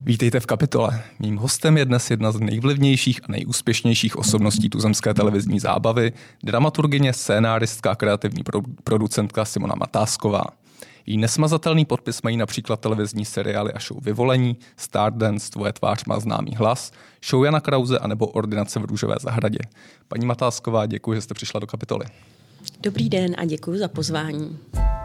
Vítejte v Kapitole. Mým hostem je dnes jedna z nejvlivnějších a nejúspěšnějších osobností tuzemské televizní zábavy, dramaturgyně, scénáristka a kreativní producentka Simona Matásková. Její nesmazatelný podpis mají například televizní seriály a show Vyvolení, Stardance, Tvoje tvář má známý hlas, show Jana Krause anebo Ordinace v růžové zahradě. Paní Matásková, děkuji, že jste přišla do Kapitoly. Dobrý den a děkuji za pozvání.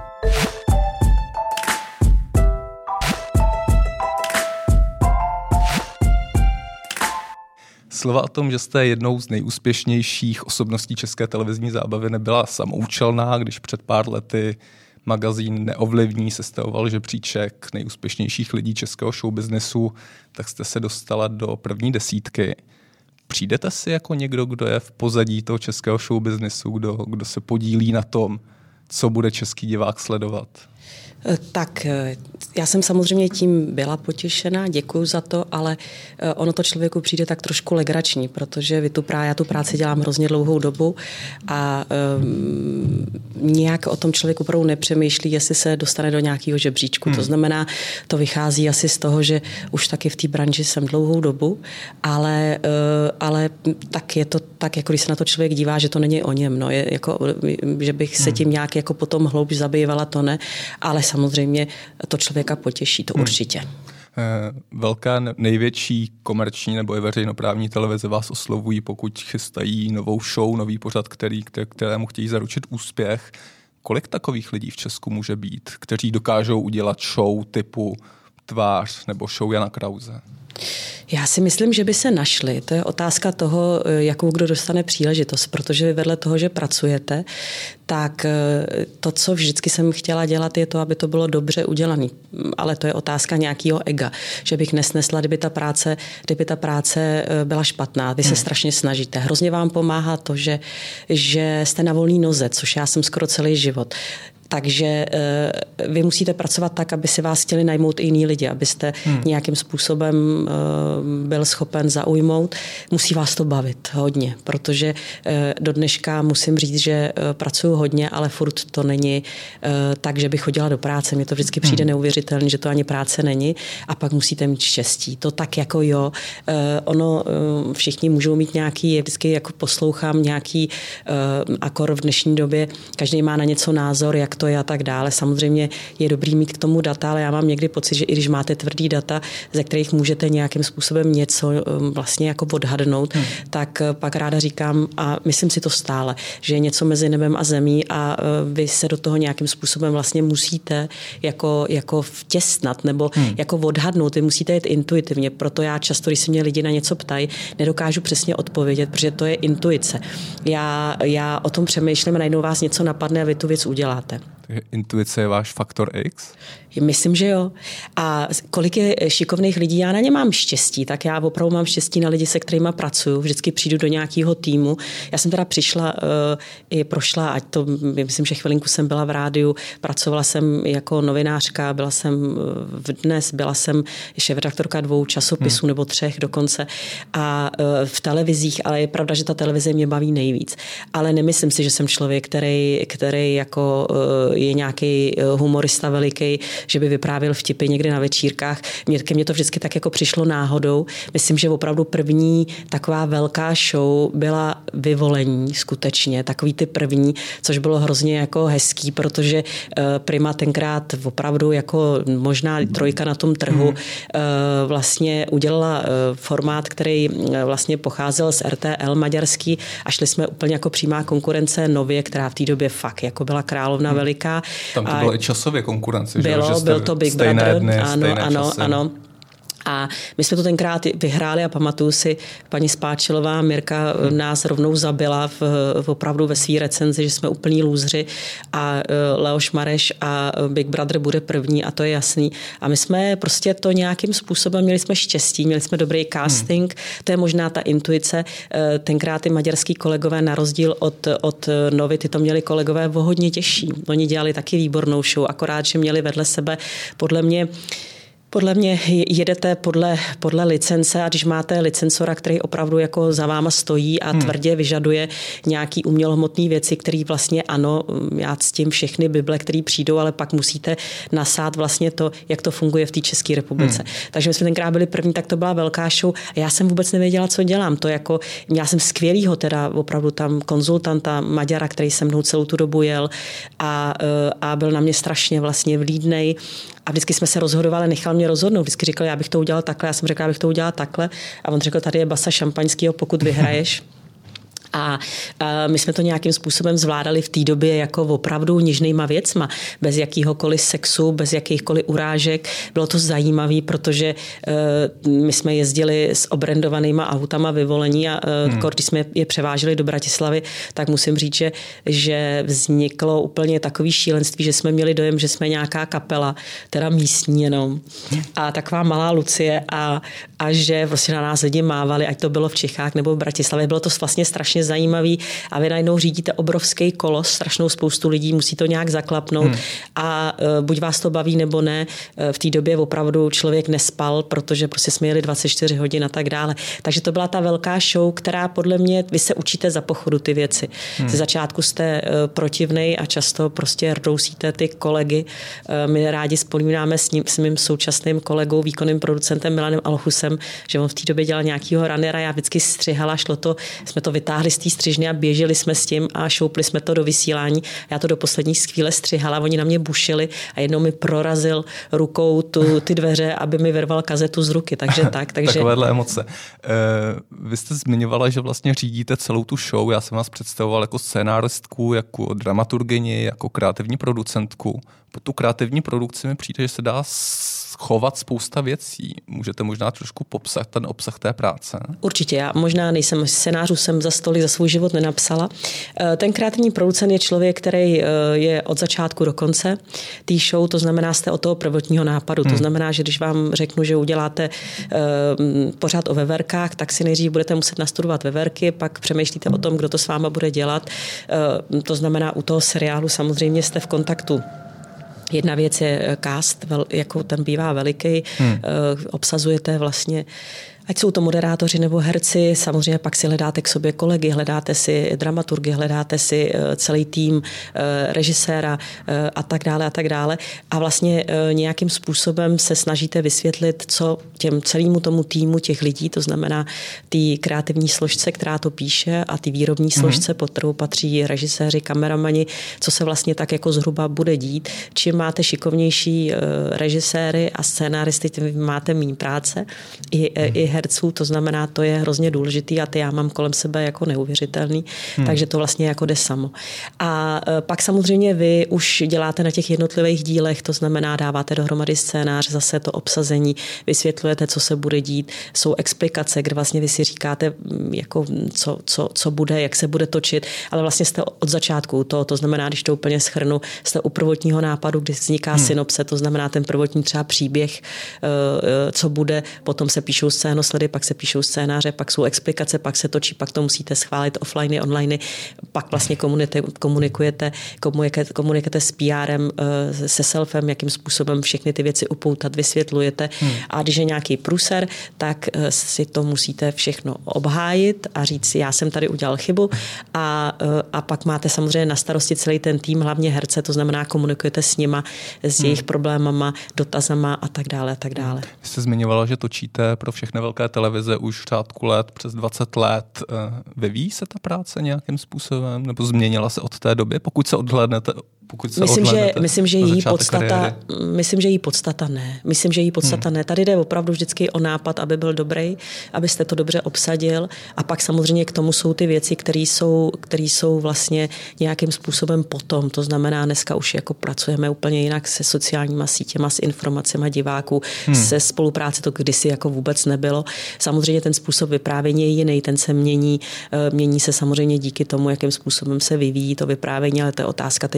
Slova o tom, že jste jednou z nejúspěšnějších osobností české televizní zábavy, nebyla samoučelná, když před pár lety magazín Neovlivní sestavoval žebříček nejúspěšnějších lidí českého showbiznesu, tak jste se dostala do první desítky. Přijdete si jako někdo, kdo je v pozadí toho českého showbiznesu, kdo se podílí na tom, co bude český divák sledovat? Tak já jsem samozřejmě tím byla potěšená, děkuju za to, ale ono to člověku přijde tak trošku legrační, protože já tu práci dělám hrozně dlouhou dobu a nějak o tom člověk opravdu nepřemýšlí, jestli se dostane do nějakého žebříčku. To znamená, to vychází asi z toho, že už taky v té branži jsem dlouhou dobu, ale tak je to tak, jako když se na to člověk dívá, že to není o něm, no, je jako, že bych se tím nějak jako potom hloubš zabývala, to ne, ale samozřejmě to člověka potěší, to určitě. Velká největší komerční nebo i veřejnoprávní televize vás oslovují, pokud chystají novou show, nový pořad, kterému chtějí zaručit úspěch. Kolik takových lidí v Česku může být, kteří dokážou udělat show typu Tvář nebo show Jana Krause? Já si myslím, že by se našli. To je otázka toho, jakou kdo dostane příležitost, protože vedle toho, že pracujete, tak to, co vždycky jsem chtěla dělat, je to, aby to bylo dobře udělané. Ale to je otázka nějakého ega, že bych nesnesla, kdyby ta práce byla špatná. Vy se strašně snažíte. Hrozně vám pomáhá to, že jste na volný noze, což já jsem skoro celý život. Takže vy musíte pracovat tak, aby si vás chtěli najmout i jiní lidi, abyste nějakým způsobem byl schopen zaujmout. Musí vás to bavit hodně, protože do dneška musím říct, že pracuju hodně, ale furt to není tak, že bych chodila do práce. Mně to vždycky přijde neuvěřitelné, že to ani práce není a pak musíte mít štěstí. To tak jako jo. Ono všichni můžou mít nějaký, vždycky jako poslouchám nějaký akor v dnešní době, každý má na něco názor, jak to je a tak dále. Samozřejmě je dobrý mít k tomu data, ale já mám někdy pocit, že i když máte tvrdý data, ze kterých můžete nějakým způsobem něco vlastně jako odhadnout, tak pak ráda říkám a myslím si to stále, že je něco mezi nebem a zemí a vy se do toho nějakým způsobem vlastně musíte jako vtěsnat nebo jako odhadnout. Vy musíte jít intuitivně. Proto já často, když se mě lidi na něco ptají, nedokážu přesně odpovědět, protože to je intuice. Já o tom přemýšlím a najednou vás něco napadne a vy tu věc uděláte. Takže intuice je váš faktor X? Myslím, že jo. A kolik je šikovných lidí, já na ně mám štěstí, tak já opravdu mám štěstí na lidi, se kterými pracuju. Vždycky přijdu do nějakého týmu. Já jsem teda přišla i prošla, ať to, myslím, že chvilinku jsem byla v rádiu, pracovala jsem jako novinářka, byla jsem šéfredaktorka 2 časopisů nebo 3 dokonce a v televizích, ale je pravda, že ta televize mě baví nejvíc. Ale nemyslím si, že jsem člověk, který jako je nějaký humorista veliký, že by vyprávěl vtipy někde na večírkách. Ke mně to vždycky tak jako přišlo náhodou. Myslím, že opravdu první taková velká show byla Vyvolení, skutečně, takový ty první, což bylo hrozně jako hezký, protože Prima tenkrát opravdu jako možná 3 na tom trhu vlastně udělala formát, který vlastně pocházel z RTL maďarský a šli jsme úplně jako přímá konkurence Nově, která v té době fakt jako byla královna veliká. Tam to bylo i časově konkurence, byl to Big Brother, dny, ano. A my jsme to tenkrát vyhráli a pamatuju si, paní Spáčilová Mirka nás rovnou zabila opravdu ve své recenzi, že jsme úplní lůzři a Leoš Mareš a Big Brother bude první a to je jasný. A my jsme prostě to nějakým způsobem, měli jsme štěstí, měli jsme dobrý casting, to je možná ta intuice. Tenkrát ty maďarský kolegové na rozdíl od Novy, ty to měli kolegové o hodně těžší. Oni dělali taky výbornou show, akorát, že měli vedle sebe podle mě Podle mě jedete podle licence a když máte licencora, který opravdu jako za váma stojí a tvrdě vyžaduje nějaký umělohmotný věci, který vlastně ano, já ctím všechny Bible, které přijdou, ale pak musíte nasát vlastně to, jak to funguje v té České republice. Takže my jsme tenkrát byli první, tak to byla velká show a já jsem vůbec nevěděla, co dělám. To jako, já jsem skvělýho teda opravdu tam konzultanta Maďara, který se mnou celou tu dobu jel a byl na mě strašně vlastně vlídnej. A vždycky jsme se rozhodovali, nechal mě rozhodnout. Vždycky říkal, já bych to udělal takhle, já jsem řekla, já bych to udělal takhle. A on řekl, tady je basa šampaňského, pokud vyhraješ. A my jsme to nějakým způsobem zvládali v té době jako opravdu nižnejma věcma, bez jakýhokoliv sexu, bez jakýchkoliv urážek. Bylo to zajímavé, protože my jsme jezdili s obrandovanýma autama vyvolení a když jsme je převáželi do Bratislavy, tak musím říct, že vzniklo úplně takový šílenství, že jsme měli dojem, že jsme nějaká kapela, teda místní jenom. A taková malá Lucie a že prostě na nás lidi mávali, ať to bylo v Čechách nebo v Bratislavě. Bylo to vlastně strašně zajímavý a vy najednou řídíte obrovský kolos, strašnou spoustu lidí, musí to nějak zaklapnout a buď vás to baví nebo ne. V té době opravdu člověk nespal, protože prostě jsme jeli 24 hodin a tak dále. Takže to byla ta velká show, která podle mě, vy se učíte za pochodu ty věci. Ze začátku jste protivnej a často prostě rdousíte ty kolegy. My rádi vzpomínáme s mým současným kolegou, výkonným producentem Milanem Alchusem, že on v té době dělal nějakýho runnera, já vždycky střihala, šlo to, jsme to vytáhli z té střižny a běželi jsme s tím a šoupli jsme to do vysílání. Já to do poslední chvíle střihala, oni na mě bušili a jednou mi prorazil rukou ty dveře, aby mi vyrval kazetu z ruky. Takže Takovéhle emoce. Vy jste zmiňovala, že vlastně řídíte celou tu show. Já jsem vás představoval jako scénáristku, jako dramaturgyni, jako kreativní producentku. Po tu kreativní produkci mi přijde, že se dá chovat spousta věcí. Můžete možná trošku popsat ten obsah té práce? Určitě, já možná nejsem scénářů, jsem za stolik za svůj život nenapsala. Ten kreativní producent je člověk, který je od začátku do konce té show, to znamená, jste od toho prvotního nápadu. To znamená, že když vám řeknu, že uděláte pořád o veverkách, tak si nejdřív budete muset nastudovat veverky, pak přemýšlíte o tom, kdo to s váma bude dělat. To znamená, u toho seriálu samozřejmě jste v kontaktu. Jedna věc je cast, jako ten bývá veliký, obsazujete vlastně, ať jsou to moderátoři nebo herci, samozřejmě pak si hledáte k sobě kolegy, hledáte si dramaturgy, hledáte si celý tým režiséra a tak dále a tak dále. A vlastně nějakým způsobem se snažíte vysvětlit, co celému tomu týmu těch lidí, to znamená té kreativní složce, která to píše a ty výrobní složce, pod kterou patří režiséři, kameramani, co se vlastně tak jako zhruba bude dít. Čím máte šikovnější režiséry a scénáristy, tím máte méně práce. I herců, to znamená, to je hrozně důležitý a ty já mám kolem sebe jako neuvěřitelný, takže to vlastně jako jde samo. A pak samozřejmě vy už děláte na těch jednotlivých dílech, to znamená, dáváte dohromady scénář, zase to obsazení, vysvětlujete, co se bude dít, jsou explikace, kde vlastně vy si říkáte, jako co bude, jak se bude točit, ale vlastně jste od začátku to znamená, když to úplně shrnu, jste u prvotního nápadu, kdy vzniká synopse, to znamená ten prvotní třeba příběh, co bude, potom se píšou scénosledy, pak se píšou scénáře, pak jsou explikace, pak se točí, pak to musíte schválit offline, online, pak vlastně komunikujete s PRem, se selfem, jakým způsobem všechny ty věci upoutat, vysvětlujete. A když je nějaký průser, tak si to musíte všechno obhájit a říct, já jsem tady udělal chybu a pak máte samozřejmě na starosti celý ten tým, hlavně herce, to znamená komunikujete s nima, s jejich problémama, dotazama a tak dále a tak dále. Vy jste zmiňovala, že točíte pro všechny velké televize už v řádku let, přes 20 let. Vyvíjí se ta práce nějakým způsobem? Nebo změnila se od té doby? Pokud se odhlédnete Myslím, že její podstata ne. Myslím, že její podstata ne. Tady jde opravdu vždycky o nápad, aby byl dobrý, abyste to dobře obsadil a pak samozřejmě k tomu jsou ty věci, které jsou vlastně nějakým způsobem potom. To znamená, dneska už jako pracujeme úplně jinak se sociálníma sítěma, s informacemi diváků, se spolupráce, to kdysi jako vůbec nebylo. Samozřejmě ten způsob vyprávění je jiný, ten se mění se samozřejmě díky tomu, jakým způsobem se vyvíjí to vyprávění, ale to je otázka teď několika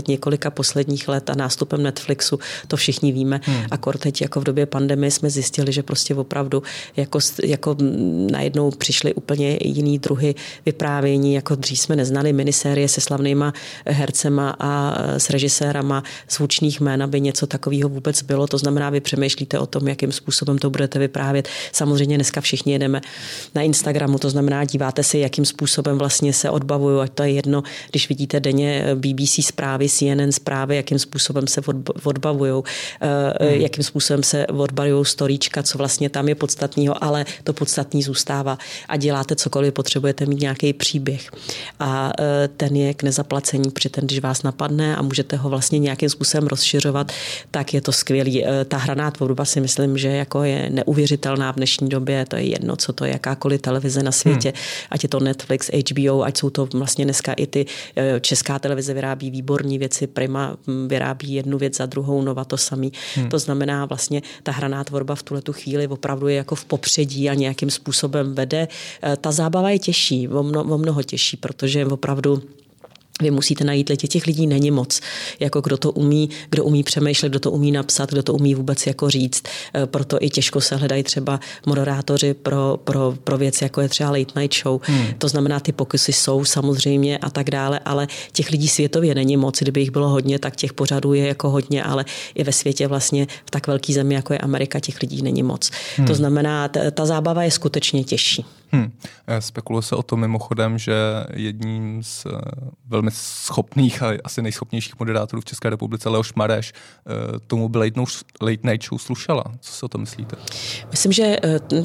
několika posledních let a nástupem Netflixu, to všichni víme. Akor teď jako v době pandemie jsme zjistili, že prostě opravdu jako najednou přišly úplně jiný druhy vyprávění, jako dřív jsme neznali minisérie se slavnýma hercema a s režisérama zvučných jmén, aby něco takového vůbec bylo. To znamená, vy přemýšlíte o tom, jakým způsobem to budete vyprávět. Samozřejmě dneska všichni jedeme na Instagramu, to znamená, díváte si, jakým způsobem vlastně se odbavují, ať to je jedno, když vidíte denně BBC zprávy, CNN zprávy, jakým způsobem se odbavují, jakým způsobem se odbavují storíčka, co vlastně tam je podstatného, ale to podstatný zůstává a děláte cokoliv, potřebujete mít nějaký příběh. A ten je k nezaplacení, protože ten, když vás napadne a můžete ho vlastně nějakým způsobem rozšiřovat, tak je to skvělý. Ta hraná tvorba si myslím, že jako je neuvěřitelná v dnešní době, to je jedno, co to je, jakákoliv televize na světě, ať je to Netflix, HBO, ať jsou to vlastně dneska i ty česká televize vyrábí výborné věci, Prima vyrábí jednu věc za druhou, Nova to samý. To znamená vlastně ta hraná tvorba v tuhletu chvíli opravdu je jako v popředí a nějakým způsobem vede. Ta zábava je těžší, o mnoho těžší, protože opravdu vy musíte najít lidi, těch lidí není moc. Jako kdo umí přemýšlet, kdo to umí napsat, kdo to umí vůbec jako říct. Proto i těžko se hledají třeba moderátoři pro věci, jako je třeba late night show. To znamená, ty pokusy jsou samozřejmě a tak dále, ale těch lidí světově není moc. Kdyby jich bylo hodně, tak těch pořadů je jako hodně, ale i ve světě vlastně v tak velké zemi, jako je Amerika, těch lidí není moc. To znamená, ta zábava je skutečně těžší. Spekuluje se o tom mimochodem, že jedním z velmi schopných a asi nejschopnějších moderátorů v České republice, Leoš Mareš, tomu by late night show slušela. Co si o to myslíte? Myslím, že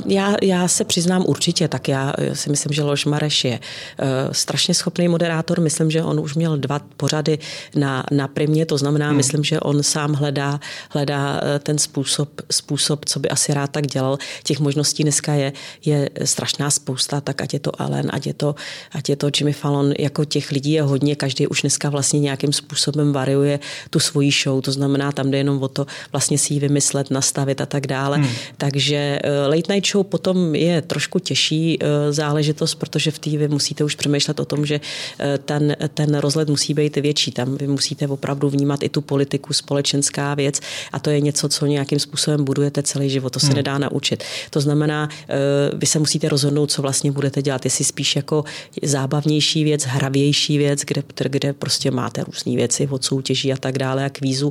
já se přiznám určitě, tak já si myslím, že Leoš Mareš je strašně schopný moderátor. Myslím, že on už měl 2 pořady na Primě, to znamená, myslím, že on sám hledá ten způsob, co by asi rád tak dělal. Těch možností dneska je strašná spousta, tak ať je to Ellen, ať je to Jimmy Fallon, jako těch lidí je hodně, každý už dneska vlastně nějakým způsobem variuje tu svoji show, to znamená, tam jde jenom o to vlastně si ji vymyslet, nastavit a tak dále. Takže late night show potom je trošku těžší záležitost, protože v té vy musíte už přemýšlet o tom, že ten rozhled musí být větší, tam vy musíte opravdu vnímat i tu politiku, společenská věc a to je něco, co nějakým způsobem budujete celý život, to se nedá naučit. To znamená, vy se musíte rozhodnout, co vlastně budete dělat, jestli spíš jako zábavnější věc, hravější věc, kde prostě máte různé věci od soutěží a tak dále a kvízu,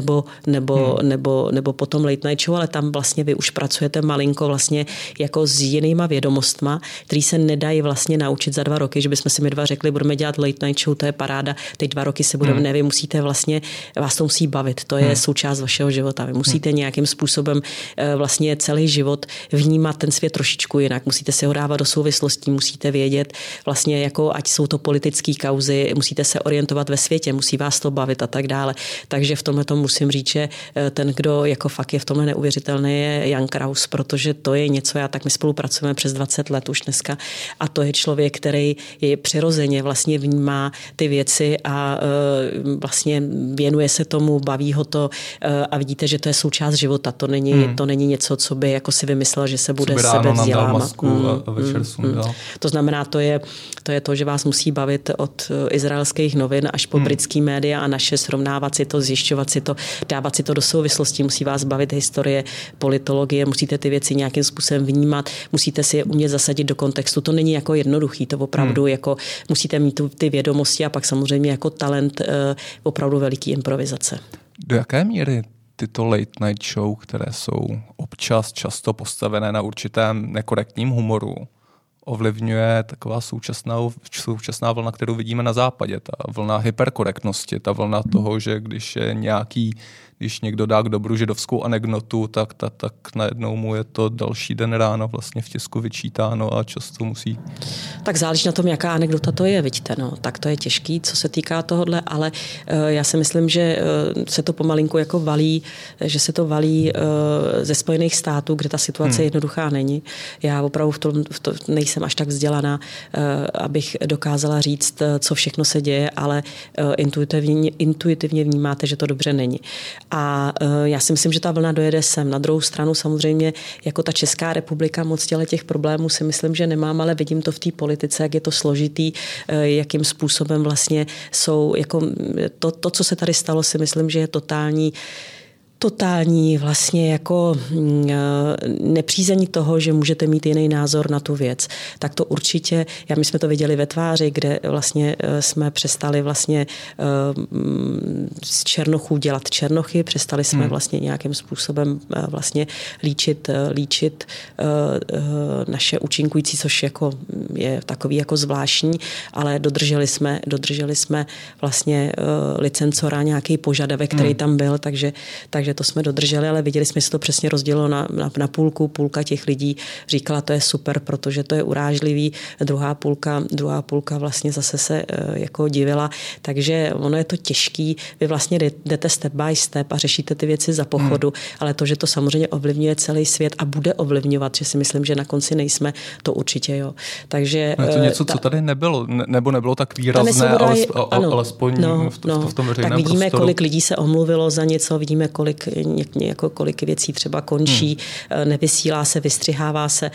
nebo potom late night show, ale tam vlastně vy už pracujete malinko vlastně jako s jinýma vědomostma, který se nedají vlastně naučit za 2 roky, že bychom si my 2 řekli, budeme dělat late night show, to je paráda, teď 2 roky se budeme, vy musíte vlastně, vás to musí bavit, to je součást vašeho života, vy musíte nějakým způsobem vlastně celý život vnímat ten svět trošičku jinak, musíte si ho dávat do souvislostí, musíte vědět vlastně jako, ať jsou to politické kauzy, musíte se orientovat ve světě, musí vás to bavit a tak dále. Takže v tomhle tomu musím říct, že ten, kdo jako fakt je v tomhle neuvěřitelný, je Jan Kraus, protože to je něco, tak my spolupracujeme přes 20 let už dneska a to je člověk, který je přirozeně vlastně vnímá ty věci a vlastně věnuje se tomu, baví ho to a vidíte, že to je součást života. To není něco, co by jako si vymyslel, že se bude sebe vzdělávat. To znamená, to je to, že vás musí bavit od izraelských novin až po britský média a naše, srovnávat si to, zjišťovat si to, dávat si to do souvislostí, musí vás bavit historie, politologie, musíte ty věci nějakým způsobem vnímat, musíte si je umět zasadit do kontextu. To není jako jednoduchý, to opravdu jako musíte mít ty vědomosti a pak samozřejmě jako talent opravdu veliký improvizace. Do jaké míry tyto late night show, které jsou občas často postavené na určitém nekorektním humoru, ovlivňuje taková současná vlna, kterou vidíme na západě, ta vlna hyperkorektnosti, ta vlna toho, že když někdo dá k dobru židovskou anekdotu, tak najednou mu je to další den ráno vlastně v tisku vyčítáno a často musí. Tak záleží na tom, jaká anekdota to je, vidíte, no. Tak to je těžký, co se týká tohodle, ale já si myslím, že se to pomalinku jako valí, ze Spojených států, kde ta situace jednoduchá není. Já opravdu v tom nejsem nejsem až tak vzdělaná, abych dokázala říct, co všechno se děje, ale intuitivně vnímáte, že to dobře není. A já si myslím, že ta vlna dojede sem. Na druhou stranu samozřejmě jako ta Česká republika moc těch problémů si myslím, že nemám, ale vidím to v té politice, jak je to složitý, jakým způsobem vlastně jsou, jako to, co se tady stalo, si myslím, že je totální vlastně jako nepřízení toho, že můžete mít jiný názor na tu věc. Tak to určitě, my jsme to viděli ve Tváři, kde vlastně jsme přestali vlastně z černochů dělat černochy, přestali jsme vlastně nějakým způsobem vlastně líčit naše účinkující, což jako je takový jako zvláštní, ale dodrželi jsme vlastně licencora, nějaký požadavek, který tam byl, takže to jsme dodrželi, ale viděli jsme, že se to přesně rozdělilo na půlku. Půlka těch lidí říkala, to je super, protože to je urážlivý. Druhá půlka vlastně zase se jako divila. Takže ono je to těžký. Vy vlastně jdete step by step a řešíte ty věci za pochodu, ale to, že to samozřejmě ovlivňuje celý svět a bude ovlivňovat, že si myslím, že na konci nejsme, to určitě jo. Takže je to něco, co tady nebylo, nebo nebylo tak výrazné, alespoň v tom veřejném tak vidíme, prostoru. Kolik lidí se omluvilo za něco, vidíme, kolik věcí třeba končí, nevysílá se, vystřihává se,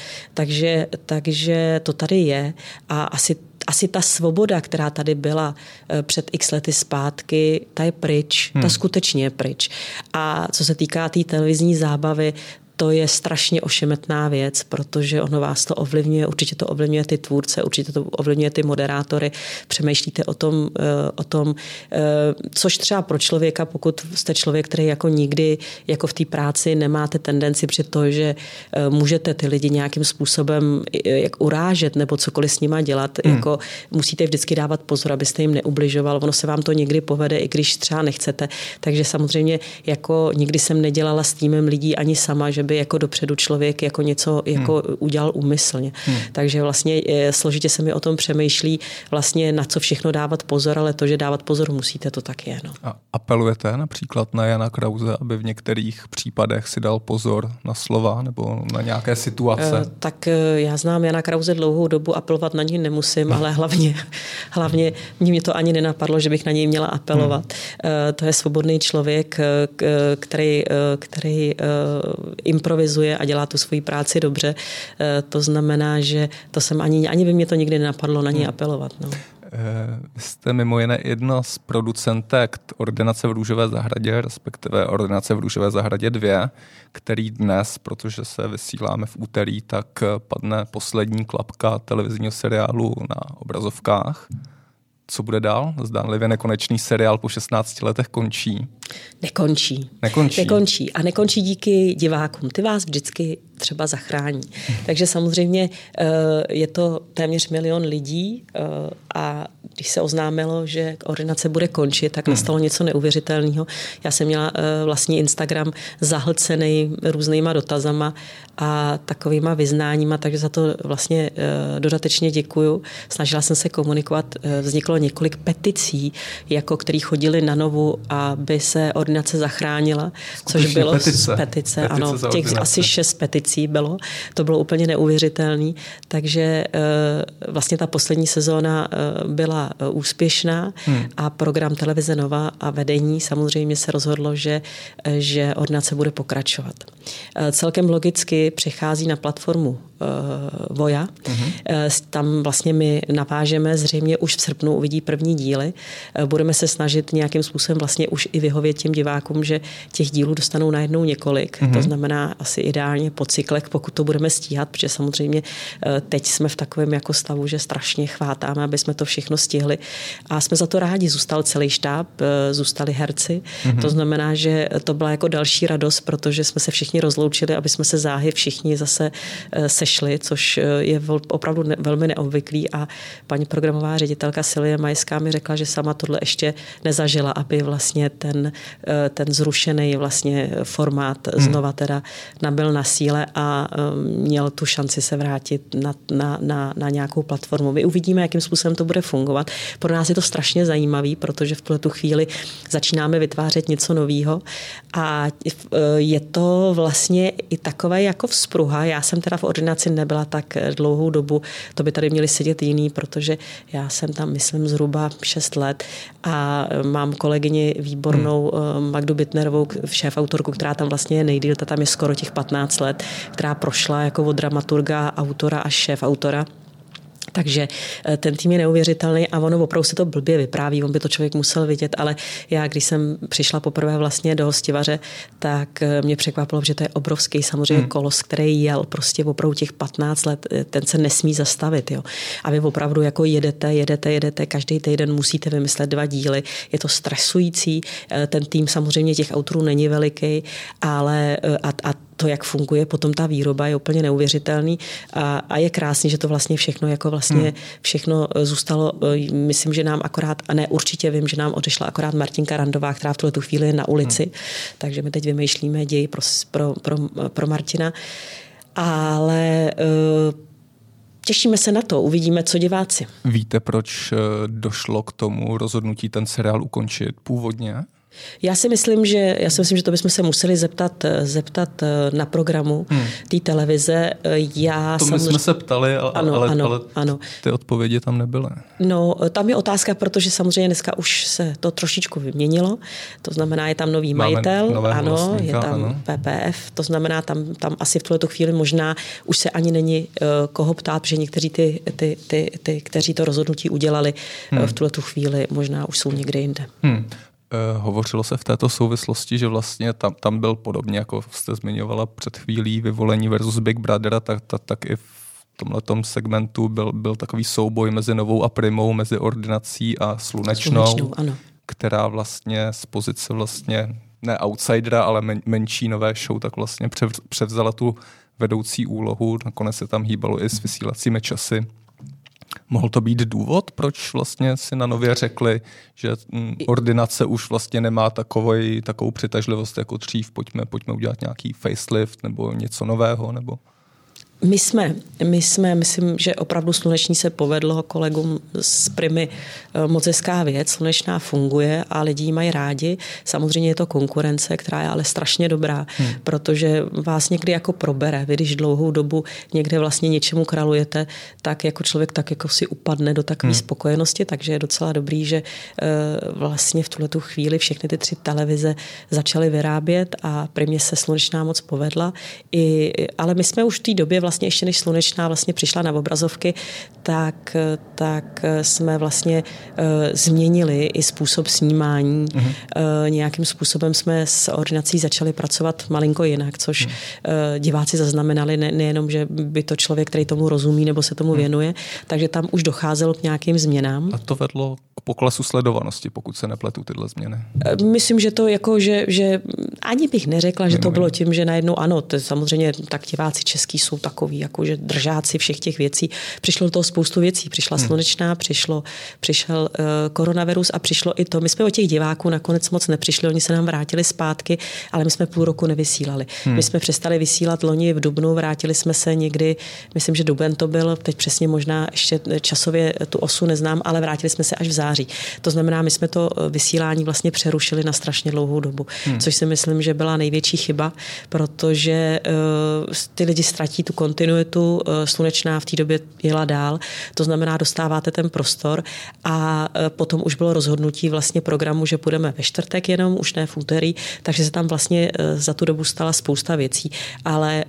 takže to tady je a asi ta svoboda, která tady byla před x lety zpátky, ta je pryč, ta skutečně je pryč. A co se týká té televizní zábavy, to je strašně ošemetná věc, protože ono vás to ovlivňuje, určitě to ovlivňuje ty tvůrce, určitě to ovlivňuje ty moderátory, přemýšlíte o tom, což třeba pro člověka, pokud jste člověk, který jako nikdy jako v té práci nemáte tendenci při to, že můžete ty lidi nějakým způsobem jak urážet nebo cokoliv s nima dělat, jako musíte vždycky dávat pozor, abyste jim neubližoval, ono se vám to někdy povede, i když třeba nechcete, takže samozřejmě jako nikdy jsem nedělala s týmem lidí ani sama, že by jako dopředu člověk jako něco jako udělal úmyslně. Takže vlastně složitě se mi o tom přemýšlí vlastně na co všechno dávat pozor, ale to, že dávat pozor musíte, to tak je. No. A apelujete například na Jana Krause, aby v některých případech si dal pozor na slova nebo na nějaké situace? Tak já znám Jana Krause dlouhou dobu, apelovat na něj nemusím, ale hlavně mě to ani nenapadlo, že bych na něj měla apelovat. To je svobodný člověk, který improvizuje a dělá tu svoji práci dobře. To znamená, že to jsem ani by mě to nikdy nenapadlo na něj apelovat. No. Vy jste mimo jiné jedna z producentek Ordinace v Růžové zahradě, respektive Ordinace v Růžové zahradě 2, který dnes, protože se vysíláme v úterý, tak padne poslední klapka televizního seriálu na obrazovkách. Co bude dál? Zdánlivě nekonečný seriál po 16 letech končí. Nekončí. A nekončí díky divákům. Ty vás vždycky třeba zachrání. Takže samozřejmě je to téměř 1 milion lidí a když se oznámilo, že Ordinace bude končit, tak nastalo něco neuvěřitelného. Já jsem měla vlastní Instagram zahlcený různýma dotazama a takovýma vyznáníma, takže za to vlastně dodatečně děkuju. Snažila jsem se komunikovat, vzniklo několik peticí, jako který chodili na Novu, aby se Ordinace zachránila, což bylo petice ano, těch asi 6 peticí bylo. To bylo úplně neuvěřitelný, takže vlastně ta poslední sezóna byla úspěšná a program Televize Nova a vedení samozřejmě se rozhodlo, že Ordinace bude pokračovat. Celkem logicky přechází na platformu Voja. Tam vlastně my navážeme, zřejmě už v srpnu uvidí první díly. Budeme se snažit nějakým způsobem vlastně už i vyhovět těm divákům, že těch dílů dostanou najednou několik. To znamená asi ideálně po cyklech, pokud to budeme stíhat, protože samozřejmě teď jsme v takovém jako stavu, že strašně chvátáme, aby jsme to všechno stihli. A jsme za to rádi. Zůstal celý štáb, zůstali herci. To znamená, že to byla jako další radost, protože jsme se všichni rozloučili, aby jsme se záhy všichni zase sešli, což je opravdu velmi neobvyklý a paní programová ředitelka Silvie Majská mi řekla, že sama tohle ještě nezažila, aby vlastně ten ten zrušený vlastně formát znova teda nabyl na síle a měl tu šanci se vrátit na nějakou platformu. My uvidíme, jakým způsobem to bude fungovat. Pro nás je to strašně zajímavý, protože v tu chvíli začínáme vytvářet něco nového a je to vlastně i takové jako vzpruha. Já jsem teda v ordinaci nebyla tak dlouhou dobu, to by tady měli sedět jiný, protože já jsem tam, myslím, zhruba 6 let a mám kolegyni výbornou Magdu Bittnerovou, šéfautorku, která tam vlastně je nejdýl, ta tam je skoro těch 15 let, která prošla jako od dramaturga, autora až šéfautora. Takže ten tým je neuvěřitelný a ono opravdu se to blbě vypráví, on by to člověk musel vidět, ale já, když jsem přišla poprvé vlastně do Hostivaře, tak mě překvapilo, že to je obrovský samozřejmě kolos, který jel prostě opravdu těch 15 let, ten se nesmí zastavit. Jo. A vy opravdu jako jedete, každý týden musíte vymyslet 2 díly, je to stresující, ten tým samozřejmě těch autorů není veliký, ale to, jak funguje potom ta výroba, je úplně neuvěřitelný a je krásný, že to vlastně všechno jako vlastně všechno zůstalo, myslím, že nám akorát, a ne určitě vím, že nám odešla akorát Martinka Randová, která v tuhle chvíli je na ulici, takže my teď vymýšlíme děj pro Martina, ale těšíme se na to, uvidíme, co diváci. Víte, proč došlo k tomu rozhodnutí ten seriál ukončit původně? Já si myslím, že to bychom se museli zeptat na programu té televize. My jsme se ptali, ale ty odpovědi tam nebyly. No, tam je otázka, protože samozřejmě dneska už se to trošičku vyměnilo. To znamená, je tam nový majitel, ano, je tam PPF, to znamená, tam asi v tuto chvíli možná už se ani není koho ptát, protože někteří ty kteří to rozhodnutí udělali v tuto chvíli, možná už jsou někde jinde. Hovořilo se v této souvislosti, že vlastně tam byl podobně, jako jste zmiňovala před chvílí, Vyvolení versus Big Brother, tak i v tomhletom segmentu byl takový souboj mezi Novou a Primou, mezi Ordinací a Slunečnou, ano. Která vlastně z pozice vlastně ne outsidera, ale menší nové show, tak vlastně převzala tu vedoucí úlohu, nakonec se tam hýbalo i s vysílacími časy. Mohl to být důvod, proč vlastně si na Nově řekli, že Ordinace už vlastně nemá takovou přitažlivost jako dřív, pojďme udělat nějaký facelift nebo něco nového, nebo... My jsme, myslím, že opravdu Sluneční se povedlo kolegům z Primy moc hezká věc. Slunečná funguje a lidi mají rádi. Samozřejmě je to konkurence, která je ale strašně dobrá, protože vás někdy jako probere. Vy, když dlouhou dobu někde vlastně něčemu králujete, tak jako člověk tak jako si upadne do takové spokojenosti, takže je docela dobrý, že vlastně v tuhletu chvíli všechny ty 3 televize začaly vyrábět a Primě se Slunečná moc povedla. Ale my jsme už v té době vlastně ještě než Slunečná vlastně přišla na obrazovky, tak jsme vlastně změnili i způsob snímání. Nějakým způsobem jsme s Ordinací začali pracovat malinko jinak, což diváci zaznamenali nejenom, že by to člověk, který tomu rozumí nebo se tomu věnuje, takže tam už docházelo k nějakým změnám. A to vedlo k poklesu sledovanosti, pokud se nepletu tyhle změny. Myslím, že to jako, že ani bych neřekla, že to bylo tím, že najednou ano, to samozřejmě tak diváci český jsou takový, jakože držáci všech těch věcí. Přišlo do toho spoustu věcí. Přišla Slunečná, přišel koronavirus a přišlo i to. My jsme od těch diváků nakonec moc nepřišli, oni se nám vrátili zpátky, ale my jsme půl roku nevysílali. My jsme přestali vysílat loni v dubnu, vrátili jsme se někdy, myslím, že duben to byl, teď přesně možná ještě časově tu osu neznám, ale vrátili jsme se až v září. To znamená, my jsme to vysílání vlastně přerušili na strašně dlouhou dobu, což si myslím, že byla největší chyba, protože ty lidi ztratí tu kontinuitu, Slunečná v té době jela dál, to znamená, dostáváte ten prostor a potom už bylo rozhodnutí vlastně programu, že půjdeme ve čtvrtek jenom, už ne v úterý, takže se tam vlastně za tu dobu stala spousta věcí, ale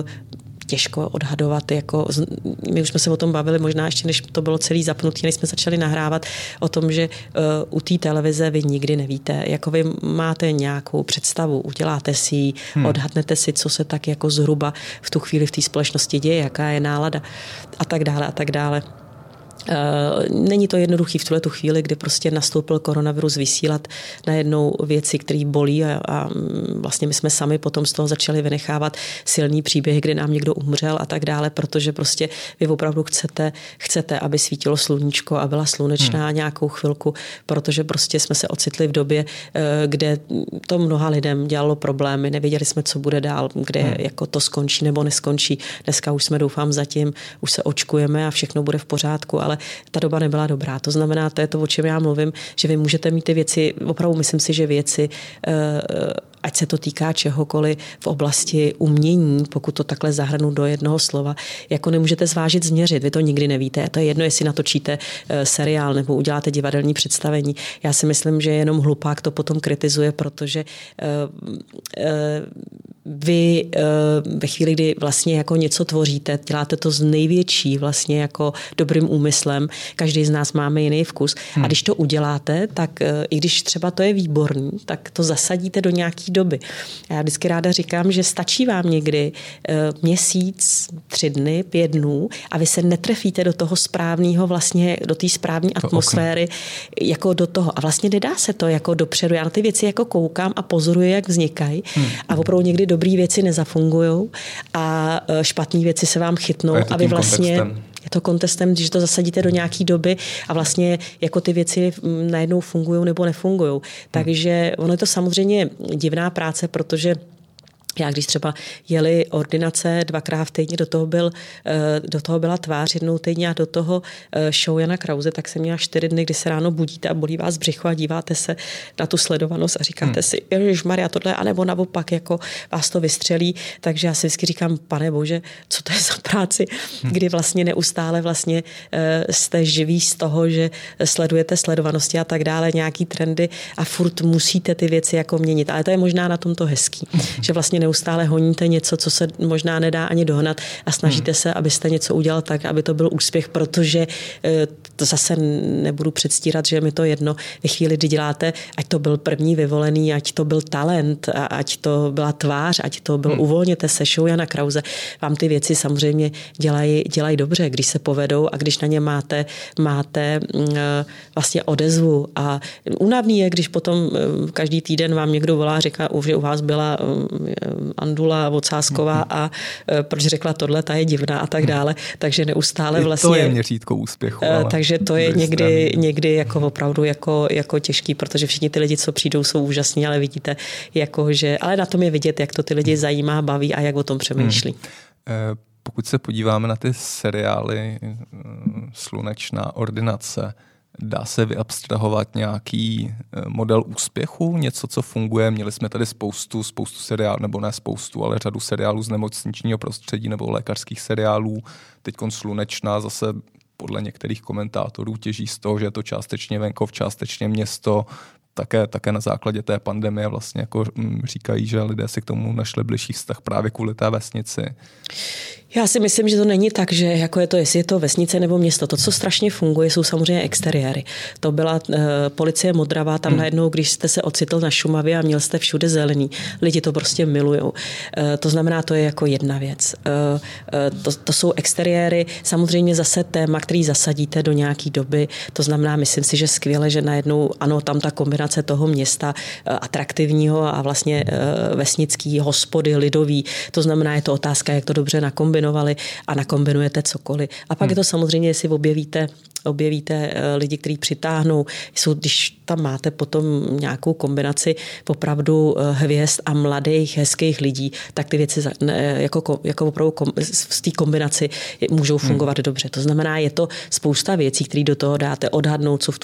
těžko odhadovat, jako my už jsme se o tom bavili možná ještě, než to bylo celý zapnutý, než jsme začali nahrávat o tom, že u té televize vy nikdy nevíte, jako vy máte nějakou představu, uděláte si ji, odhadnete si, co se tak jako zhruba v tu chvíli v té společnosti děje, jaká je nálada a tak dále a tak dále. Není to jednoduchý v tuhletu chvíli, kdy prostě nastoupil koronavirus, vysílat najednou věci, které bolí a vlastně my jsme sami potom z toho začali vynechávat silný příběhy, kdy nám někdo umřel a tak dále, protože prostě vy opravdu chcete, aby svítilo sluníčko a byla slunečná nějakou chvilku, protože prostě jsme se ocitli v době, kde to mnoha lidem dělalo problémy, nevěděli jsme, co bude dál, kde jako to skončí nebo neskončí. Dneska už jsme, doufám, zatím, už se očkujeme a všechno bude v pořádku, ale ta doba nebyla dobrá. To znamená, to je to, o čem já mluvím, že vy můžete mít ty věci, opravdu myslím si, že věci, ať se to týká čehokoliv v oblasti umění, pokud to takhle zahrnu do jednoho slova, jako nemůžete zvážit, změřit. Vy to nikdy nevíte. To je jedno, jestli natočíte seriál nebo uděláte divadelní představení. Já si myslím, že jenom hlupák to potom kritizuje, protože vy ve chvíli, kdy vlastně jako něco tvoříte, děláte to s největší vlastně jako dobrým úmyslem, každý z nás máme jiný vkus. A když to uděláte, tak i když třeba to je výborný, tak to zasadíte do nějaký doby. Já vždycky ráda říkám, že stačí vám někdy měsíc, 3 dny, 5 dnů a vy se netrefíte do toho správného vlastně, do té správné atmosféry, jako do toho. A vlastně nedá se to jako dopředu. Já na ty věci jako koukám a pozoruji, jak vznikají a opravdu někdy dobrý věci nezafungujou a špatné věci se vám chytnou, aby vlastně je to kontestem, když to zasadíte do nějaký doby a vlastně jako ty věci najednou fungují nebo nefungují. Takže ono je to samozřejmě divná práce, protože já když třeba jeli ordinace 2krát v týdně, do toho byla tvář jednou týdně a do toho show Jana Krause, tak jsem měla 4 dny, kdy se ráno budíte a bolí vás břicho a díváte se na tu sledovanost a říkáte si, ježišmarja, tohle, anebo naopak, jako vás to vystřelí. Takže já si vždycky říkám, pane bože, co to je za práci, kdy vlastně neustále vlastně jste živí z toho, že sledujete sledovanosti a tak dále, nějaký trendy a furt musíte ty věci jako měnit. Ale to je možná na tom to hezký, že vlastně neustále honíte něco, co se možná nedá ani dohnat a snažíte se, abyste něco udělal tak, aby to byl úspěch, protože to zase nebudu předstírat, že je mi to jedno. Ve chvíli, kdy děláte, ať to byl první vyvolený, ať to byl talent, ať to byla tvář, ať to byl uvolněte se, show Jana Krause, vám ty věci samozřejmě dělají dobře, když se povedou a když na ně máte vlastně odezvu. A únavný je, když potom každý týden vám někdo volá a říká, že u vás byla Andula Vocásková a proč řekla tohle, ta je divná a tak dále. Takže neustále vlastně... To je měřítko úspěchu. Takže to je někdy jako opravdu jako těžký, protože všichni ty lidi, co přijdou, jsou úžasní, ale vidíte, jako že... Ale na tom je vidět, jak to ty lidi zajímá, baví a jak o tom přemýšlí. Pokud se podíváme na ty seriály Slunečná, Ordinace, dá se vyabstrahovat nějaký model úspěchu, něco, co funguje? Měli jsme tady spoustu seriálů, nebo ne spoustu, ale řadu seriálů z nemocničního prostředí nebo lékařských seriálů. Teďkon Slunečná zase podle některých komentátorů těží z toho, že je to částečně venkov, částečně město. Také na základě té pandemie vlastně jako říkají, že lidé si k tomu našli bližší vztah právě kvůli té vesnici. Já si myslím, že to není tak, že jako je to, jestli je to vesnice nebo město. To, co strašně funguje, jsou samozřejmě exteriéry. To byla Policie Modrava, tam najednou, když jste se ocitl na Šumavě a měl jste všude zelený. Lidi to prostě milujou. To znamená, to je jako jedna věc. To jsou exteriéry, samozřejmě zase téma, který zasadíte do nějaký doby. To znamená, myslím si, že skvěle, že najednou, ano, tam ta kombinace toho města atraktivního a vlastně vesnický, hospody, lidový. To znamená, je to otázka, jak to dobře nakombinovali a nakombinujete cokoliv. A pak je to samozřejmě, jestli objevíte lidi, kteří přitáhnou. Když tam máte potom nějakou kombinaci opravdu hvězd a mladých, hezkých lidí, tak ty věci jako opravdu z té kombinaci můžou fungovat dobře. To znamená, je to spousta věcí, které do toho dáte, odhadnout, co v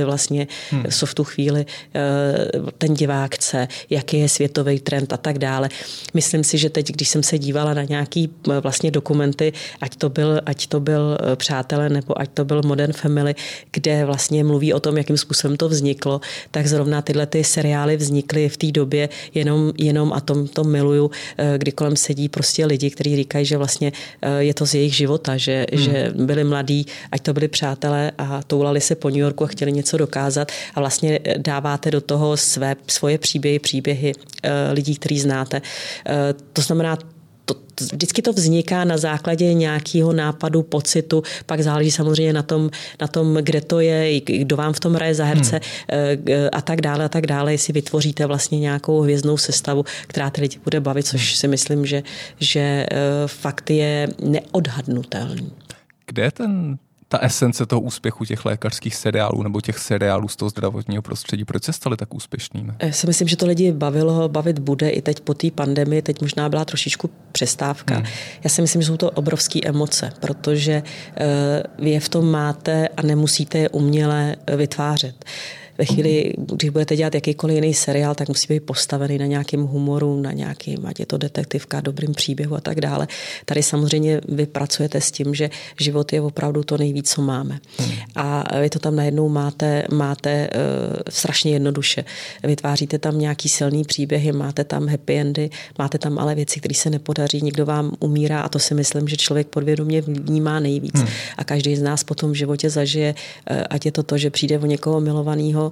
tu chvíli ten divák chce, jaký je světový trend a tak dále. Myslím si, že teď, když jsem se dívala na nějaký vlastně dokumenty, ať to byl Přátelé nebo ať to byl Modern Family, kde vlastně mluví o tom, jakým způsobem to vzniklo, tak zrovna tyhle ty seriály vznikly v té době jenom a to miluju, kdy kolem sedí prostě lidi, kteří říkají, že vlastně je to z jejich života, že byli mladí, ať to byli přátelé a toulali se po New Yorku a chtěli něco dokázat a vlastně dáváte do toho svoje příběhy lidí, který znáte. To znamená, vždycky to vzniká na základě nějakého nápadu, pocitu, pak záleží samozřejmě na tom, kde to je, kdo vám v tom hraje za herce a tak dále, jestli vytvoříte vlastně nějakou hvězdnou sestavu, která ty lidi bude bavit, což si myslím, že fakt je neodhadnutelný. Kde je ta esence toho úspěchu těch lékařských seriálů nebo těch seriálů z toho zdravotního prostředí? Proč se staly tak úspěšnými? Já si myslím, že to lidi bavit bude i teď po té pandemii. Teď možná byla trošičku přestávka. Já si myslím, že jsou to obrovské emoce, protože vy je v tom máte a nemusíte je uměle vytvářet. Ve chvíli, když budete dělat jakýkoliv jiný seriál, tak musí být postavený na nějakém humoru, na nějakým, ať je to detektivka, dobrým příběhu a tak dále. Tady samozřejmě vy pracujete s tím, že život je opravdu to nejvíc, co máme. A vy to tam najednou máte strašně jednoduše. Vytváříte tam nějaký silný příběhy, máte tam happy endy, máte tam ale věci, které se nepodaří, někdo vám umírá a to si myslím, že člověk podvědomě vnímá nejvíc. A každý z nás potom v životě zažije, ať je to, že přijde o někoho milovaného,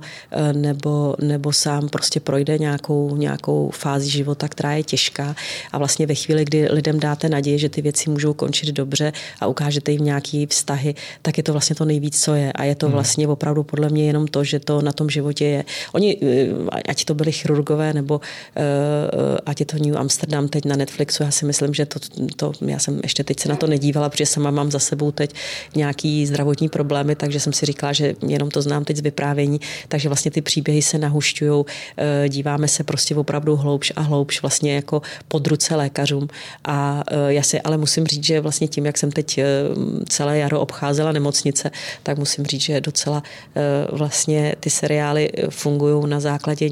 nebo sám prostě projde nějakou fázi života, která je těžká a vlastně ve chvíli, kdy lidem dáte naději, že ty věci můžou končit dobře a ukážete jim nějaký vztahy, tak je to vlastně to nejvíc, co je a je to vlastně opravdu podle mě jenom to, že to na tom životě je. Oni, ať to byli chirurgové, nebo ať je to New Amsterdam teď na Netflixu, já si myslím, že já jsem ještě teď se na to nedívala, protože sama mám za sebou teď nějaký zdravotní problémy, takže jsem si říkala, že jenom to znám teď z vyprávění. Takže vlastně ty příběhy se nahušťujou, díváme se prostě opravdu hloubš a hloubš vlastně jako pod ruce lékařům. A já si ale musím říct, že vlastně tím, jak jsem teď celé jaro obcházela nemocnice, tak musím říct, že docela vlastně ty seriály fungují na základě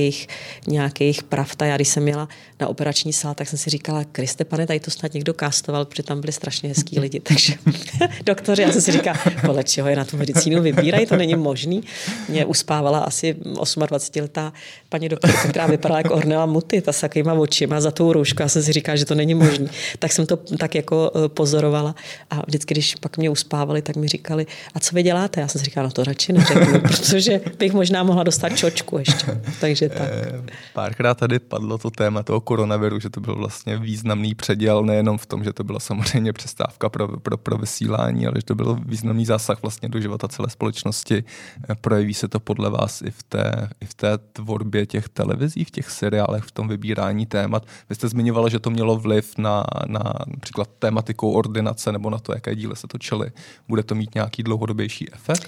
nějakých pravd. A já když jsem měla na operační sál, tak jsem si říkala, Kriste pane, tady to snad někdo castoval, protože tam byli strašně hezký lidi. Takže doktoři, já jsem si říkala, podle čeho je na tu medicínu vybírají, to není možný. Mě uspávala asi 28letá paní doktorka, která vypadala jako Ornella Muti, ta s takovýma očima za tou roušku. Já jsem si říkala, že to není možný. Tak jsem to tak jako pozorovala a vždycky, když pak mě uspávali, tak mi říkali, a co vy děláte? Já jsem si říkala, no to radši neřeknu, protože bych možná mohla dostat čočku ještě. Takže tak. Párkrát tady padlo to téma toho koronaviru, že to byl vlastně významný předěl, nejenom v tom, že to byla samozřejmě přestávka pro vysílání, ale že to byl významný zásah vlastně do života celé společnosti. Projeví se to podle vás i v té tvorbě těch televizí, v těch seriálech, v tom vybírání témat? Vy jste zmiňovala, že to mělo vliv na například tématikou ordinace nebo na to, jaké díly se točily. Bude to mít nějaký dlouhodobější efekt?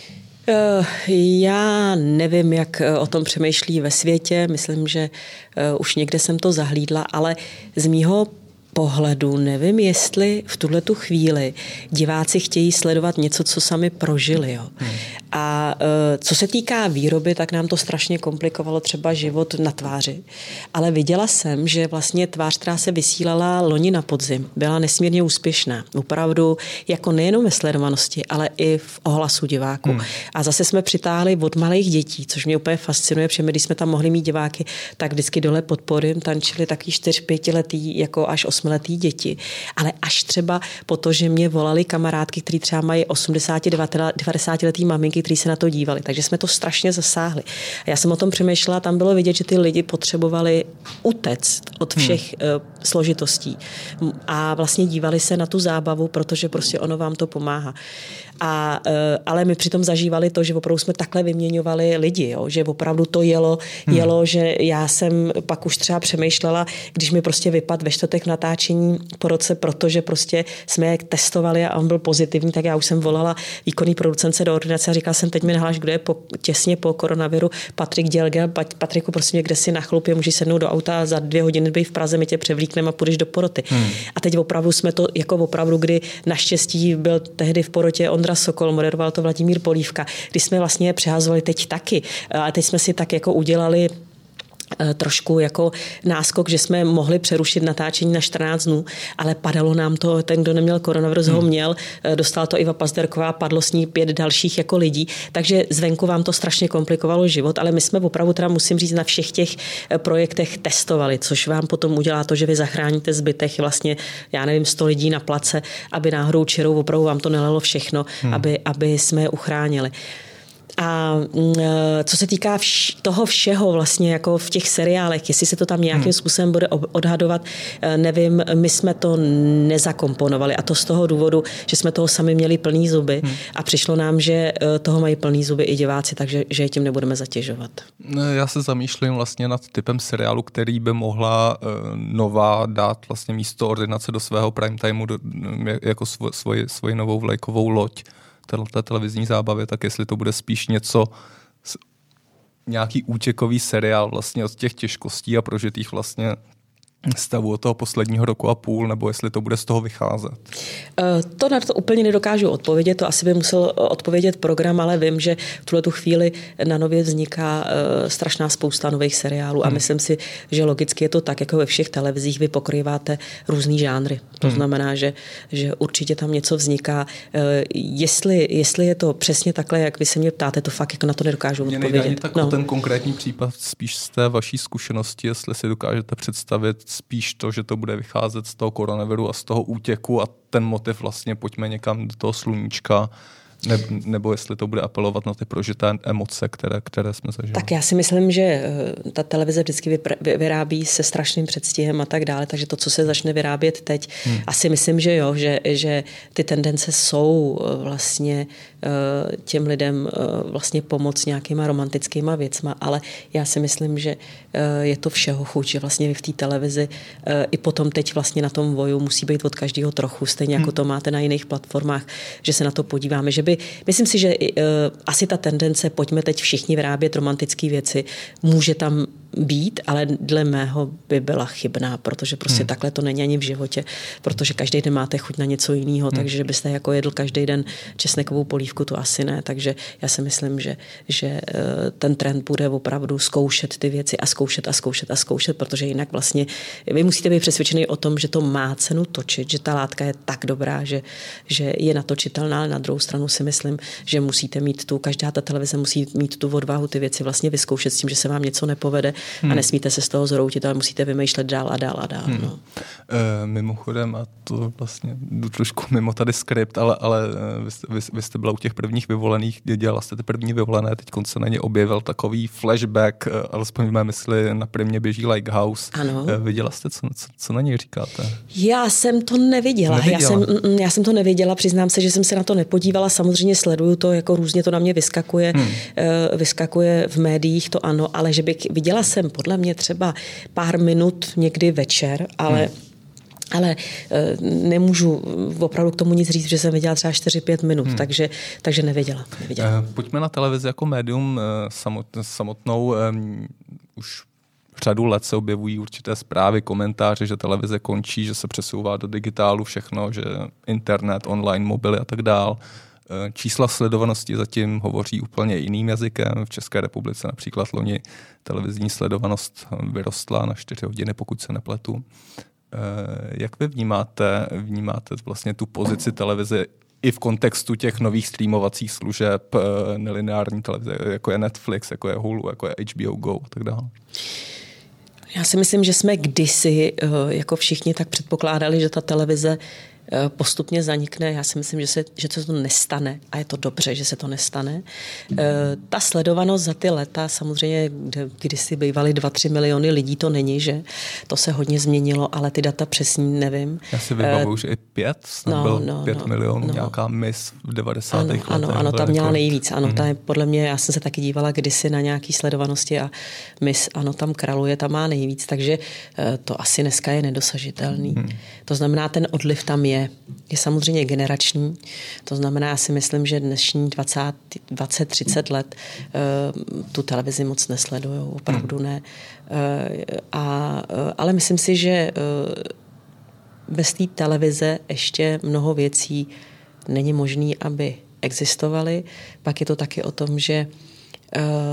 Já nevím, jak o tom přemýšlí ve světě. Myslím, že už někde jsem to zahlídla, ale z mýho pohledu nevím, jestli v tuhletu chvíli diváci chtějí sledovat něco, co sami prožili. Jo. A co se týká výroby, tak nám to strašně komplikovalo třeba život na tváři. Ale viděla jsem, že vlastně tvář, která se vysílala loni na podzim, byla nesmírně úspěšná. Opravdu jako nejenom ve sledovanosti, ale i v ohlasu diváků. A zase jsme přitáhli od malých dětí, což mě úplně fascinuje, protože my, když jsme tam mohli mít diváky, tak vždycky dole pod pódiem tančili taky 4-5 letý, jako až 8letý děti. Ale až třeba po to, že mě volali kamarádky, který třeba mají 80-90 letý maminky, kteří se na to dívali. Takže jsme to strašně zasáhli. A já jsem o tom přemýšlela, tam bylo vidět, že ty lidi potřebovali utéct od všech složitostí. A vlastně dívali se na tu zábavu, protože prostě ono vám to pomáhá. Ale my přitom zažívali to, že opravdu jsme takhle vyměňovali lidi, jo? Že opravdu to jelo, že já jsem pak už třeba přemýšlela, když mi prostě vypadl ve čtvrtek natáčení po roce, protože prostě jsme je testovali a on byl pozitivní, tak já už jsem volala výkonný producence do ordinace a říkala jsem, teď mi nahláš, kdo je těsně po koronaviru, Patrik Dělga, Patriku, prosím, kde si na chlupě, můžeš sednout do auta a za 2 hodiny být v Praze, my tě převlíkneme a půjdeš do poroty. A teď opravdu jsme to, jako opravdu, kdy naštěstí byl tehdy v porotě Ondra Sokol, moderoval to Vladimír Polívka, kdy jsme vlastně je přehazovali teď taky. A teď jsme si tak jako udělali trošku jako náskok, že jsme mohli přerušit natáčení na 14 dnů, ale padalo nám to, ten, kdo neměl koronavirus, ho měl, dostala to Iva Pazderková, padlo s ní 5 dalších jako lidí, takže zvenku vám to strašně komplikovalo život, ale my jsme opravdu, teda musím říct, na všech těch projektech testovali, což vám potom udělá to, že vy zachráníte zbytek vlastně, já nevím, 100 lidí na place, aby náhodou čirou opravdu vám to nelelo všechno, aby jsme je uchránili. A co se týká toho všeho vlastně jako v těch seriálech, jestli se to tam nějakým způsobem bude odhadovat, nevím, my jsme to nezakomponovali a to z toho důvodu, že jsme toho sami měli plný zuby a přišlo nám, že toho mají plný zuby i diváci, takže že je tím nebudeme zatěžovat. Já se zamýšlím vlastně nad typem seriálu, který by mohla Nova dát vlastně místo Ordinace do svého prime timeu jako svoji novou vlajkovou loď té televizní zábavy, tak jestli to bude spíš nějaký útěkový seriál vlastně od těch těžkostí a prožitých vlastně stavu od toho posledního roku a půl, nebo jestli to bude z toho vycházet? To na to úplně nedokážu odpovědět, to asi by musel odpovědět program, ale vím, že v tuhletu chvíli na Nově vzniká strašná spousta nových seriálů a myslím si, že logicky je to tak, jako ve všech televizích vy pokrýváte různý žánry. To znamená, že určitě tam něco vzniká. Jestli je to přesně takhle, jak vy se mě ptáte, to fakt jako na to nedokážu odpovědět. Mě nejde ani tak o ten konkrétní případ, spíš z té vaší zkušenosti, jestli si dokážete představit spíš to, že to bude vycházet z toho koronaviru a z toho útěku a ten motiv vlastně pojďme někam do toho sluníčka, nebo jestli to bude apelovat na ty prožité emoce, které jsme zažili. Tak já si myslím, že ta televize vždycky vyrábí se strašným předstihem a tak dále, takže to, co se začne vyrábět teď, asi myslím, že jo, že ty tendence jsou vlastně těm lidem vlastně pomoct nějakýma romantickýma věcma, ale já si myslím, že je to všeho chuť, že vlastně vy v té televizi i potom teď vlastně na tom Voju musí být od každého trochu, stejně jako to máte na jiných platformách, že se na to podíváme, že by, myslím si, že asi ta tendence, pojďme teď všichni vyrábět romantické věci, může tam být, ale dle mého by byla chybná, protože prostě takhle to není ani v životě, protože každý den máte chuť na něco jiného, takže že byste jako jedl každý den česnekovou polívku, to asi ne, takže já si myslím, že ten trend bude opravdu zkoušet ty věci a zkoušet, protože jinak vlastně vy musíte být přesvědčený o tom, že to má cenu točit, že ta látka je tak dobrá, že je natočitelná, ale na druhou stranu si myslím, že musíte mít každá ta televize musí mít tu odvahu ty věci vlastně vyzkoušet s tím, že se vám něco nepovede a nesmíte se z toho zroutit, ale musíte vymýšlet dál a dál a dál. No. Mimochodem, a to vlastně jdu trošku mimo tady skript, ale vy jste byla u těch prvních vyvolených, dělala jste ty první vyvolené, teď se na ně objevil takový flashback, alespoň v mé mysli na Primě běží Lighthouse. Ano. Viděla jste, co na něj říkáte? Já jsem to neviděla. Já jsem to neviděla, přiznám se, že jsem se na to nepodívala, samozřejmě sleduju to, jako různě to na mě vyskakuje v médiích, to ano, ale že bych viděla jsem podle mě třeba pár minut někdy večer, ale nemůžu opravdu k tomu nic říct, že jsem viděla třeba 4-5 minut, takže nevěděla. Pojďme na televizi jako médium samotnou. Už řadu let se objevují určité zprávy, komentáře, že televize končí, že se přesouvá do digitálu všechno, že internet, online, mobily a tak dál. Čísla sledovanosti zatím hovoří úplně jiným jazykem. V České republice například loni televizní sledovanost vyrostla na 4 hodiny, pokud se nepletu. Jak vy vnímáte vlastně tu pozici televize i v kontextu těch nových streamovacích služeb, nelineární televize, jako je Netflix, jako je Hulu, jako je HBO Go a tak dále? Já si myslím, že jsme kdysi jako všichni tak předpokládali, že ta televize postupně zanikne. Já si myslím, že se to nestane a je to dobře, že se to nestane. Ta sledovanost za ty leta, samozřejmě, kdysi bývaly 2-3 miliony lidí, to není, že? To se hodně změnilo, ale ty data přesně nevím. Já si vybavuju, že i 5 milionů, nějaká Miss v 90. letech. Ano, ta měla nejvíc. Ano, ta je, podle mě, já jsem se taky dívala kdysi na nějaký sledovanosti a Miss, ano, tam kraluje, tam má nejvíc, takže to asi dneska je nedosažitelný. To znamená, ten odliv tam je samozřejmě generační. To znamená, já si myslím, že dnešní 20-30 let tu televizi moc nesledujou, opravdu ne. Ale myslím si, že bez té televize ještě mnoho věcí není možné, aby existovaly. Pak je to taky o tom, že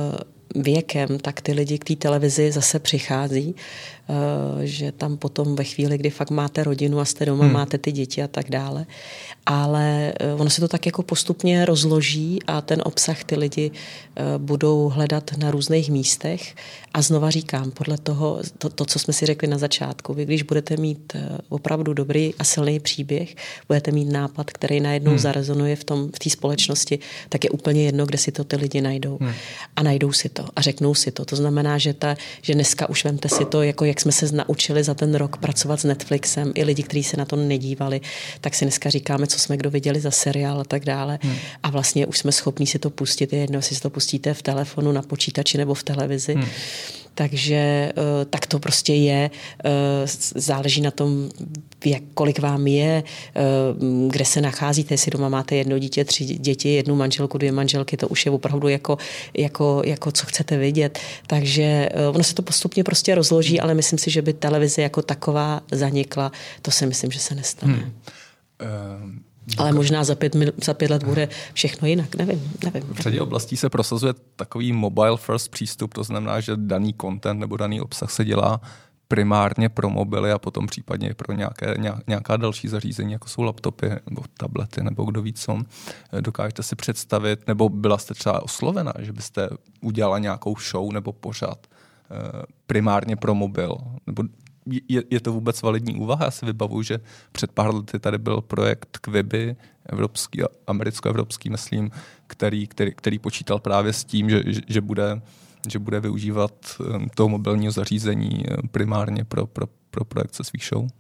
věkem, tak ty lidi k té televizi zase přichází, že tam potom ve chvíli, kdy fakt máte rodinu a jste doma, máte ty děti a tak dále. Ale ono se to tak jako postupně rozloží a ten obsah ty lidi budou hledat na různých místech. A znova říkám, podle toho, to, co jsme si řekli na začátku, vy když budete mít opravdu dobrý a silný příběh, budete mít nápad, který najednou zarezonuje v té společnosti, tak je úplně jedno, kde si to ty lidi najdou. A najdou si to a řeknou si to. To znamená, že dneska už vemte si to, jako jak jsme se naučili za ten rok pracovat s Netflixem, i lidi, kteří se na to nedívali, tak si dneska říkáme, co jsme kdo viděli za seriál a tak dále. A vlastně už jsme schopní si to pustit. Je jedno, jestli si to pustíte v telefonu, na počítači nebo v televizi. Takže tak to prostě je. Záleží na tom, kolik vám je, kde se nacházíte, jestli doma máte 1 dítě, 3 děti, 1 manželku, 2 manželky, to už je opravdu jako co chcete vidět. Takže ono se to postupně prostě rozloží, ale myslím si, že by televize jako taková zanikla. To si myslím, že se nestane. Ale možná za 5 let bude všechno jinak, nevím. V řadě oblastí se prosazuje takový mobile first přístup, to znamená, že daný content nebo daný obsah se dělá primárně pro mobily a potom případně pro nějaká další zařízení, jako jsou laptopy nebo tablety nebo kdo ví co. Dokážete si představit, nebo byla jste třeba oslovena, že byste udělala nějakou show nebo pořad primárně pro mobil, nebo je to vůbec validní úvaha? Já si vybavuju, že před pár lety tady byl projekt Quibi, americko-evropský, myslím, který počítal právě s tím, že bude využívat toho mobilního zařízení primárně pro projekt se svých show.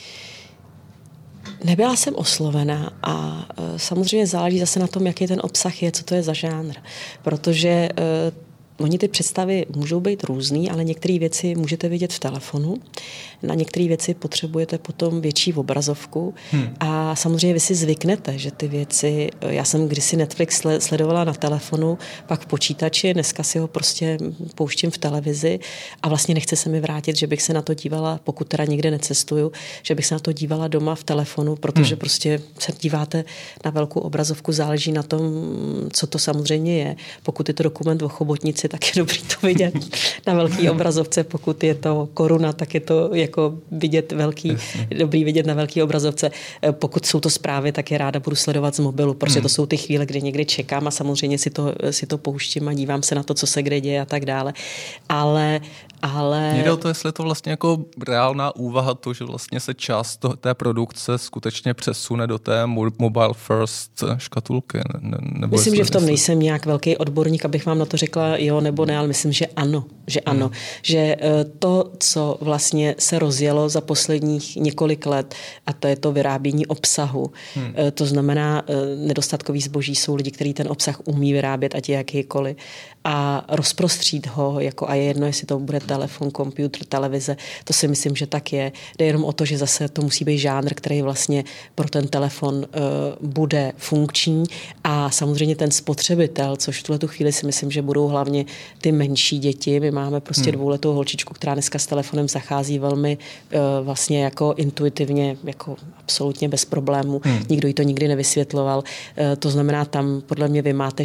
Nebyla jsem oslovena a samozřejmě záleží zase na tom, jaký ten obsah je, co to je za žánr. Protože oni ty představy můžou být různý, ale některé věci můžete vidět v telefonu. Na některé věci potřebujete potom větší obrazovku a samozřejmě vy si zvyknete, že ty věci, já jsem kdysi Netflix sledovala na telefonu, pak v počítači, dneska si ho prostě pouštím v televizi a vlastně nechce se mi vrátit, že bych se na to dívala, pokud teda nikde necestuju, že bych se na to dívala doma v telefonu, protože prostě se díváte na velkou obrazovku, záleží na tom, co to samozřejmě je. Pokud je to dokument o chobotnici, tak je dobrý to vidět na velké obrazovce, pokud je to koruna, tak je to jako vidět dobrý vidět na velké obrazovce. Pokud jsou to zprávy, tak je ráda budu sledovat z mobilu, protože to jsou ty chvíle, kdy někdy čekám a samozřejmě si to pouštím a dívám se na to, co se kde děje a tak dále. Ale jde o to, jestli je to vlastně jako reálná úvaha, to, že vlastně se část té produkce skutečně přesune do té mobile first škatulky. Myslím, že v tom nejsem nějak velký odborník, abych vám na to řekla jo nebo ne, ale myslím, že ano. Že to, co vlastně se rozjelo za posledních několik let, a to je to vyrábění obsahu. To znamená, nedostatkový zboží jsou lidi, kteří ten obsah umí vyrábět, ať je jakýkoliv. A rozprostřít ho, jako a je jedno, jestli to bude telefon, počítač, televize, to si myslím, že tak je. Jde jenom o to, že zase to musí být žánr, který vlastně pro ten telefon bude funkční a samozřejmě ten spotřebitel, což v tuhletu chvíli si myslím, že budou hlavně ty menší děti. My máme prostě 2letou holčičku, která dneska s telefonem zachází velmi vlastně jako intuitivně, jako absolutně bez problémů. Nikdo jí to nikdy nevysvětloval. To znamená, tam podle mě vy máte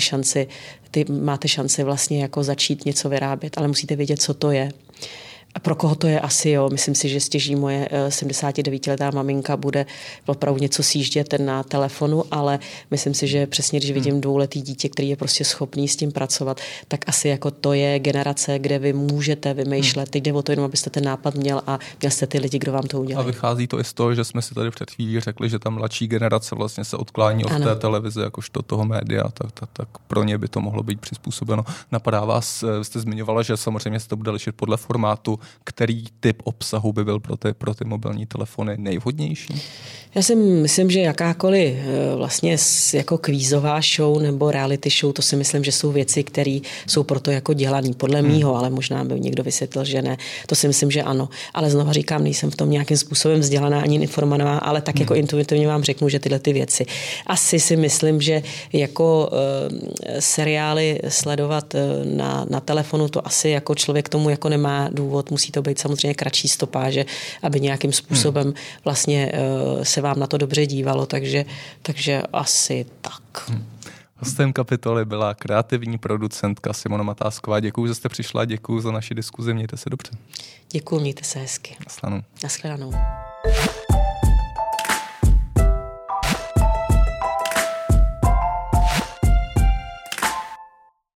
šanci vlastně jako začít něco vyrábět, ale musíte vědět, co to je. A pro koho to je asi, jo. Myslím si, že stěží moje 79letá maminka bude opravdu něco sjíždět na telefonu, ale myslím si, že přesně, když vidím 2letý dítě, který je prostě schopný s tím pracovat, tak asi jako to je generace, kde vy můžete vymýšlet. Teď jde o to jenom, abyste ten nápad měl a měl jste ty lidi, kdo vám to udělá. A vychází to i z toho, že jsme si tady před chvílí řekli, že ta mladší generace vlastně se odklání od té televize, jakožto toho média, tak pro ně by to mohlo být přizpůsobeno. Napadá vás, jste zmiňovala, že samozřejmě se to bude lišit podle formátu, který typ obsahu by byl pro ty mobilní telefony nejvhodnější? Já si myslím, že jakákoliv vlastně jako kvízová show nebo reality show, to si myslím, že jsou věci, které jsou proto jako dělaný, podle mýho, ale možná by někdo vysvětlil, že ne. To si myslím, že ano. Ale znova říkám, nejsem v tom nějakým způsobem vzdělaná ani informovaná, ale tak jako intuitivně vám řeknu, že tyhle ty věci. Asi si myslím, že jako seriály sledovat na telefonu, to asi jako člověk tomu jako nemá důvod, musí to být samozřejmě kratší stopáže, aby nějakým způsobem vlastně se vám na to dobře dívalo, takže asi tak. Hostem kapitoly byla kreativní producentka Simona Matásková. Děkuji, že jste přišla, děkuji za naši diskuzi, mějte se dobře. Děkuji, mějte se hezky. Naschledanou. Naschledanou.